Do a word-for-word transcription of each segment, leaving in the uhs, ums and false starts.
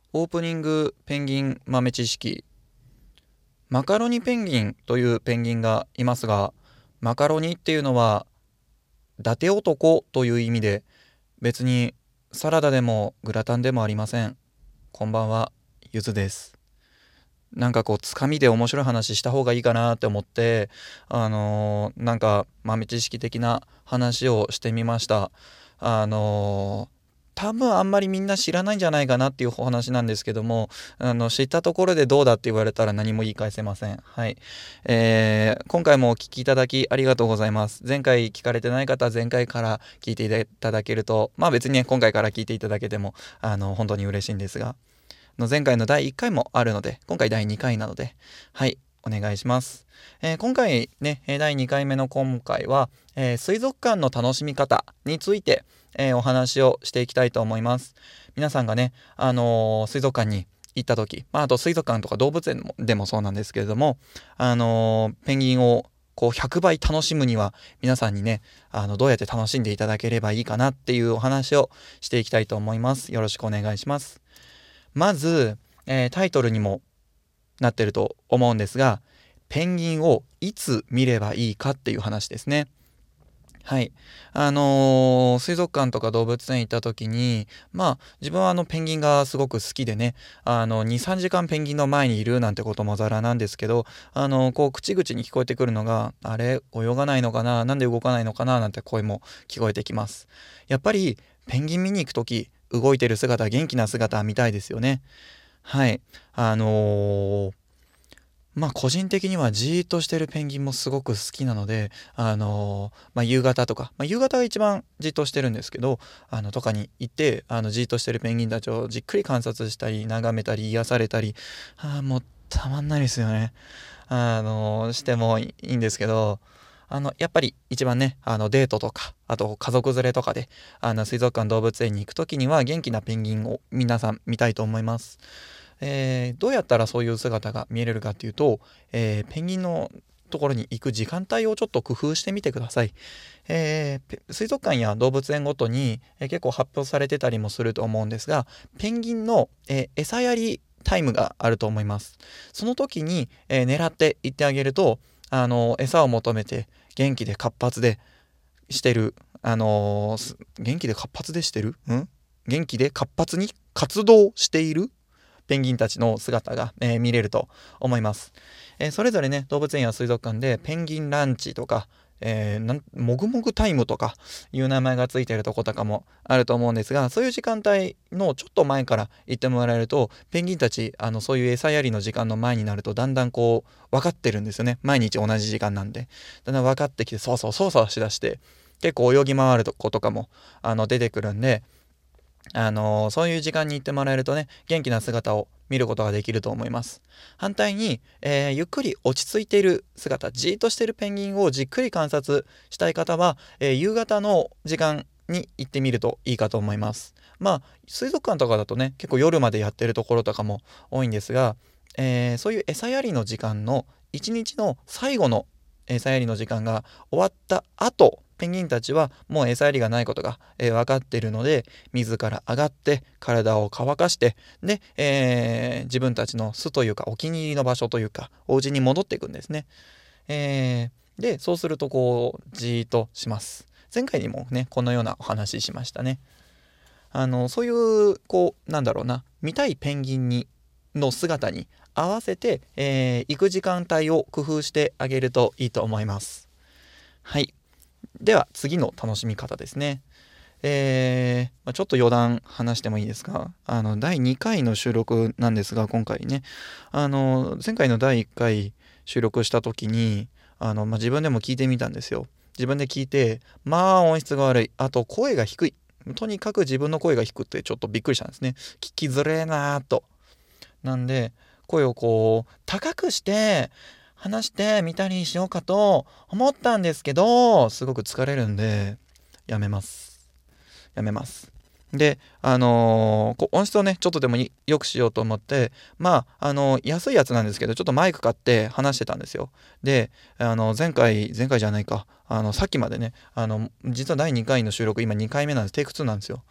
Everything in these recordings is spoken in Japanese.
オープニングペンギン豆知識。マカロニペンギンというペンギンがいますが、マカロニっていうのは伊達男という意味で、別にサラダでもグラタンでもありません。こんばんは、ゆずです。なんかこうつかみで面白い話した方がいいかなって思って、あのーなんか豆知識的な話をしてみました。あのー多分あんまりみんな知らないんじゃないかなっていうお話なんですけども、あの知ったところでどうだって言われたら何も言い返せません。はい、えー今回もお聞きいただきありがとうございます。前回聞かれてない方は前回から聞いていただけると、まあ別にね今回から聞いていただけてもあの本当に嬉しいんですが、の前回のだいいっかいもあるので、今回だいにかいなので、はい、お願いします。えー今回ね、だいにかいめの今回は、えー水族館の楽しみ方について、えーお話をしていきたいと思います。皆さんがね、あのー水族館に行った時、まあ、あと水族館とか動物園でもでもそうなんですけれども、あのーペンギンをこうひゃくばい楽しむには、皆さんにね、あのどうやって楽しんでいただければいいかなっていうお話をしていきたいと思います。よろしくお願いします。まず、えータイトルにもなってると思うんですが、ペンギンをいつ見ればいいかっていう話ですね。はい。あのー水族館とか動物園行った時に、まあ自分はあのペンギンがすごく好きでね、あのに、さんじかんペンギンの前にいるなんてこともざらなんですけど、あのこう口々に聞こえてくるのが、あれ泳がないのかな、なんで動かないのかななんて声も聞こえてきます。やっぱりペンギン見に行く時、動いてる姿、元気な姿見たいですよね。はい。あのーまあ個人的にはじーっとしてるペンギンもすごく好きなので、あのーまあ、夕方とか、まあ、夕方が一番じっとしてるんですけど、あのとかに行ってあのじーっとしてるペンギンたちをじっくり観察したり眺めたり癒されたり、あーもうたまんないですよね。あのーしてもいいんですけど、あのやっぱり一番ね、あのデートとかあと家族連れとかであの水族館動物園に行く時には元気なペンギンを皆さん見たいと思います。えーどうやったらそういう姿が見えれるかっていうと、えーペンギンのところに行く時間帯をちょっと工夫してみてください。えーペ水族館や動物園ごとに、えー結構発表されてたりもすると思うんですが、ペンギンの、えー餌やりタイムがあると思います。その時に、えー狙って行ってあげると、あの餌を求めて元気で活発でしてる、あのーす元気で活発でしてるん元気で活発に活動しているペンギンたちの姿が、えー見れると思います。えーそれぞれね、動物園や水族館でペンギンランチとか、えーなんもぐもぐタイムとかいう名前がついてるとことかもあると思うんですが、そういう時間帯のちょっと前から行ってもらえると、ペンギンたちあのそういう餌やりの時間の前になるとだんだんこう分かってるんですよね。毎日同じ時間なんでだんだん分かってきて、そうそうそうそうしだして、結構泳ぎ回る子とかもあの出てくるんで、あのーそういう時間に行ってもらえるとね、元気な姿を見ることができると思います。反対に、えーゆっくり落ち着いている姿、じーっとしているペンギンをじっくり観察したい方は、えー夕方の時間に行ってみるといいかと思います。まあ水族館とかだとね、結構夜までやってるところとかも多いんですが、えーそういう餌やりの時間の一日の最後の餌やりの時間が終わった後、ペンギンたちはもう餌やりがないことが、えー分かっているので、自ら上がって体を乾かして、で、えー自分たちの巣というかお気に入りの場所というかお家に戻っていくんですね。えーでそうするとこうじーっとします。前回にもねこのようなお話ししましたね。あのそういうこうなんだろうな、見たいペンギンにの姿に合わせて、えー行く時間帯を工夫してあげるといいと思います。はい。では次の楽しみ方ですね。えーまあ、ちょっと余談話してもいいですか。あのだいにかいの収録なんですが、今回ね、あの前回のだいいっかい収録した時にあの、まあ、自分でも聞いてみたんですよ。自分で聞いて、まあ音質が悪い、あと声が低い、とにかく自分の声が低くてちょっとびっくりしたんですね。聞きづれえなーと。なんで声をこう高くして話してみたりしようかと思ったんですけど、すごく疲れるんでやめますやめますで、あのーこう音質をねちょっとでもい良くしようと思って、まああのー安いやつなんですけど、ちょっとマイク買って話してたんですよ。で、あの前回前回じゃないか、あのさっきまでね、あの実はだいにかいの収録今にかいめなんです。テイクツーなんですよ。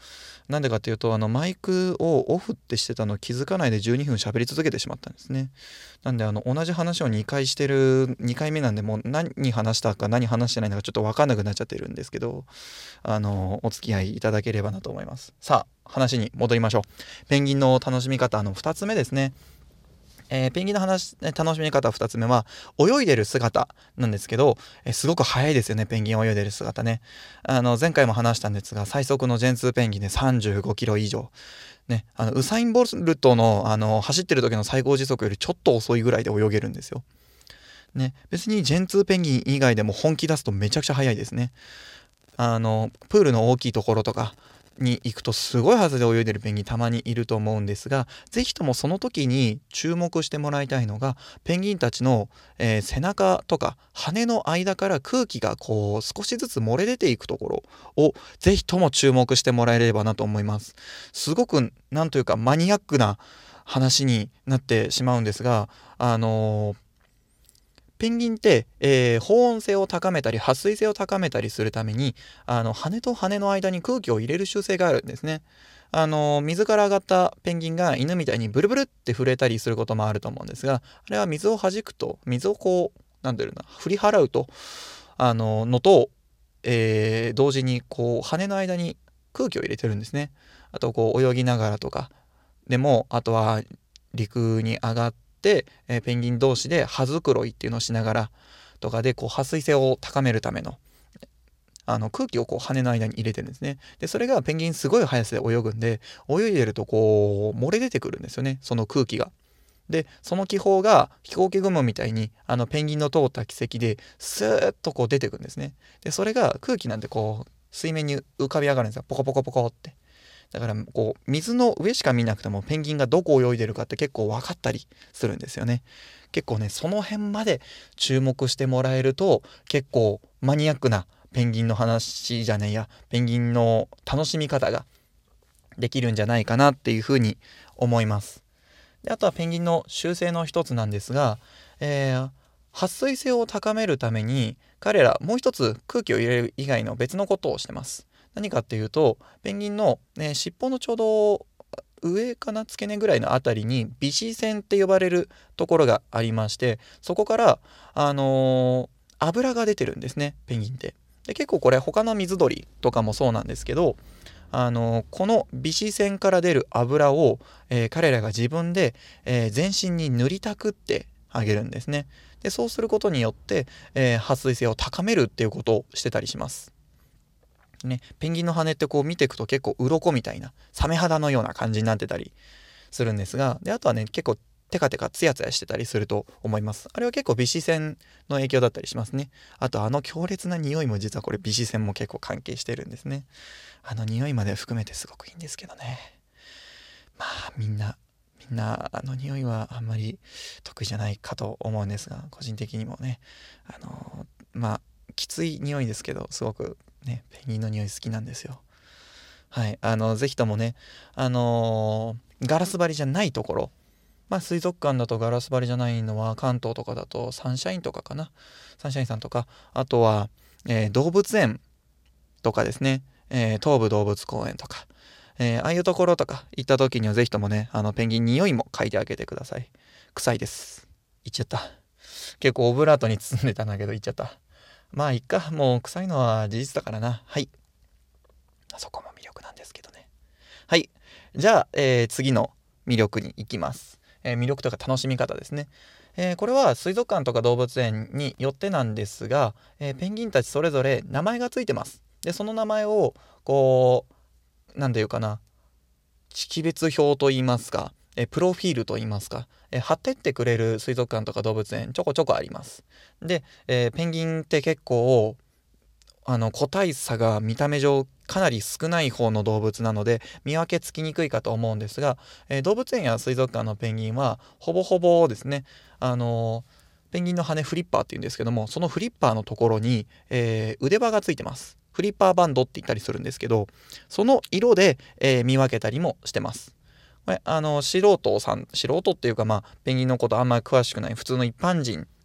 なんでかっていうと、あのマイクをオフってしてたの気づかないでじゅうにふん喋り続けてしまったんですね。なんであの同じ話をにかいしてるにかいめなんで、もう何話したか何話してないのかちょっと分かんなくなっちゃってるんですけど、あのお付き合いいただければなと思います。さあ話に戻りましょう。ペンギンの楽しみ方のふたつめですね。えー、ペンギンの話楽しみ方ふたつめは泳いでる姿なんですけど、えー、すごく速いですよね。ペンギン泳いでる姿ね。あの前回も話したんですが、最速のジェンツーペンギンでさんじゅうごキロ以上ね、あのウサイン・ボルトの、あの走ってる時の最高時速よりちょっと遅いぐらいで泳げるんですよ、ね、別にジェンツーペンギン以外でも本気出すとめちゃくちゃ速いですね。あのプールの大きいところとかに行くとすごいはずで泳いでるペンギンたまにいると思うんですが、ぜひともその時に注目してもらいたいのが、ペンギンたちの、えー、背中とか羽の間から空気がこう少しずつ漏れ出ていくところをぜひとも注目してもらえればなと思います。すごくなんというかマニアックな話になってしまうんですが、あのーペンギンって、えー、保温性を高めたり撥水性を高めたりするために、あの羽と羽の間に空気を入れる習性があるんですね。あの水から上がったペンギンが犬みたいにブルブルって震えたりすることもあると思うんですが、あれは水を弾くと、水をこうなんていうの振り払うとあののと、えー、同時にこう羽の間に空気を入れてるんですね。あとこう泳ぎながらとかでも、あとは陸に上がってで、えー、ペンギン同士で羽繕いっていうのをしながらとかでこう撥水性を高めるためのあの空気をこう羽の間に入れてるんですね。でそれがペンギンすごい速さで泳ぐんで、泳いでるとこう漏れ出てくるんですよね、その空気が。でその気泡が飛行機雲みたいにあのペンギンの通った軌跡でスーッとこう出てくるんですね。でそれが空気なんてこう水面に浮かび上がるんですよ、ポコポコポコって。だからこう水の上しか見なくてもペンギンがどこを泳いでるかって結構分かったりするんですよね。結構ねその辺まで注目してもらえると結構マニアックなペンギンの話じゃねえやペンギンの楽しみ方ができるんじゃないかなっていうふうに思います。であとはペンギンの習性の一つなんですが、えー、撥水性を高めるために彼らもう一つ空気を入れる以外の別のことをしてます。何かっていうと、ペンギンの、ね、尻尾のちょうど上かな付け根ぐらいのあたりに尾脂腺って呼ばれるところがありまして、そこからあのー、油が出てるんですね、ペンギンって。で結構これ他の水鳥とかもそうなんですけど、あのー、この尾脂腺から出る油を、えー、彼らが自分で、えー、全身に塗りたくってあげるんですね。でそうすることによって、えー、撥水性を高めるっていうことをしてたりします。ね、ペンギンの羽ってこう見ていくと結構鱗みたいなサメ肌のような感じになってたりするんですが、であとはね結構テカテカツヤツヤしてたりすると思います。あれは結構尾脂腺の影響だったりしますね。あとあの強烈な匂いも実はこれ尾脂腺も結構関係してるんですね。あの匂いまで含めてすごくいいんですけどね。まあみんなみんなあの匂いはあんまり得意じゃないかと思うんですが、個人的にもねあのまあきつい匂いですけどすごくね、ペンギンの匂い好きなんですよ。はい、あのぜひともね、あのー、ガラス張りじゃないところ、まあ水族館だとガラス張りじゃないのは関東とかだとサンシャインとかかな、サンシャインさんとか、あとは、えー、動物園とかですね、えー、東武動物公園とか、えー、ああいうところとか行った時にはぜひともね、あのペンギン匂いも嗅いであげてください。臭いです。言っちゃった。結構オブラートに包んでたんだけど言っちゃった。まあいっか、もう臭いのは事実だからな。はい、そこも魅力なんですけどね。はい、じゃあ、えー、次の魅力に行きます。えー、魅力というか楽しみ方ですね。えー、これは水族館とか動物園によってなんですが、えー、ペンギンたちそれぞれ名前がついてます。でその名前をこうなんていうかな、識別表といいますか、えプロフィールといいますか、え貼ってってくれる水族館とか動物園ちょこちょこあります。で、えー、ペンギンって結構あの個体差が見た目上かなり少ない方の動物なので見分けつきにくいかと思うんですが、えー、動物園や水族館のペンギンはほぼほぼですね、あのー、ペンギンの羽フリッパーっていうんですけども、そのフリッパーのところに、えー、腕輪がついてます。フリッパーバンドって言ったりするんですけど、その色で、えー、見分けたりもしてます。これあの素人さん素人っていうか、まあペンギンのことあんまり詳しくない普通の一般人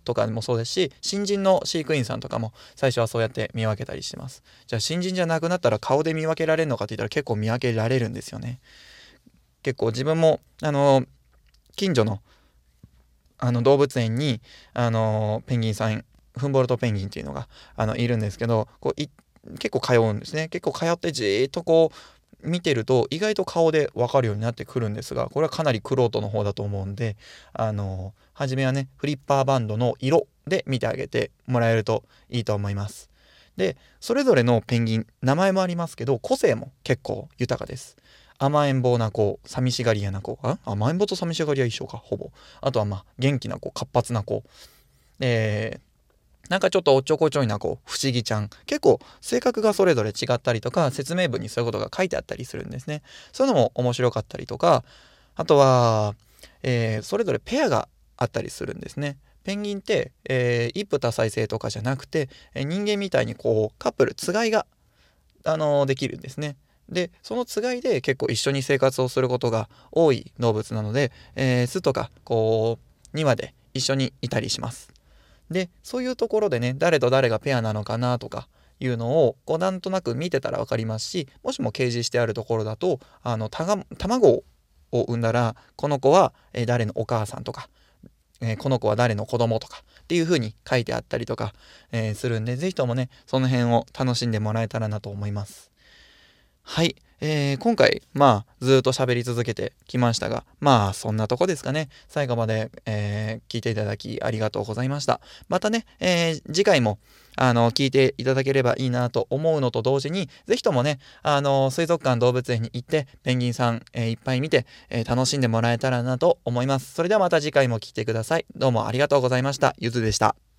とかもそうですし、新人の飼育員さんとかも最初はそうやって見分けたりしてます。じゃあ新人じゃなくなったら顔で見分けられるのかって言ったら結構見分けられるんですよね。結構自分もあの近所のあの動物園にあのペンギンさん、フンボルトペンギンっていうのがあのいるんですけど、こうい結構通うんですね。結構通ってじーっとこう見てると意外と顔で分かるようになってくるんですが、これはかなり玄人の方だと思うんで、あの初めはねフリッパーバンドの色で見てあげてもらえるといいと思います。でそれぞれのペンギン名前もありますけど、個性も結構豊かです。甘えん坊な子、寂しがり屋な子、あ甘えん坊と寂しがり屋一緒か、ほぼ。あとはまあ元気な子、活発な子、えー、なんかちょっとおっちょこちょいな子、不思議ちゃん、結構性格がそれぞれ違ったりとか、説明文にそういうことが書いてあったりするんですね。そういうのも面白かったりとか、あとは、えー、それぞれペアがあったりするんですね。ペンギンって、えー、一夫多妻制とかじゃなくて、えー人間みたいにこうカップルつがいが、あのーできるんですね。でそのつがいで結構一緒に生活をすることが多い動物なので、えー巣とかこう庭で一緒にいたりします。でそういうところでね、誰と誰がペアなのかなとかいうのをこうなんとなく見てたら分かりますし、もしも掲示してあるところだと、あのたが卵を産んだらこの子は、えー誰のお母さんとか、えーこの子は誰の子供とかっていう風に書いてあったりとか、えーするんで、ぜひともねその辺を楽しんでもらえたらなと思います。はい、えー今回まあずっと喋り続けてきましたが、まあそんなとこですかね。最後まで、えー聞いていただきありがとうございました。またね、えー次回もあの聞いていただければいいなと思うのと同時に、ぜひともね、あの水族館動物園に行ってペンギンさん、えーいっぱい見て、えー楽しんでもらえたらなと思います。それではまた次回も聞いてください。どうもありがとうございました。ゆずでした。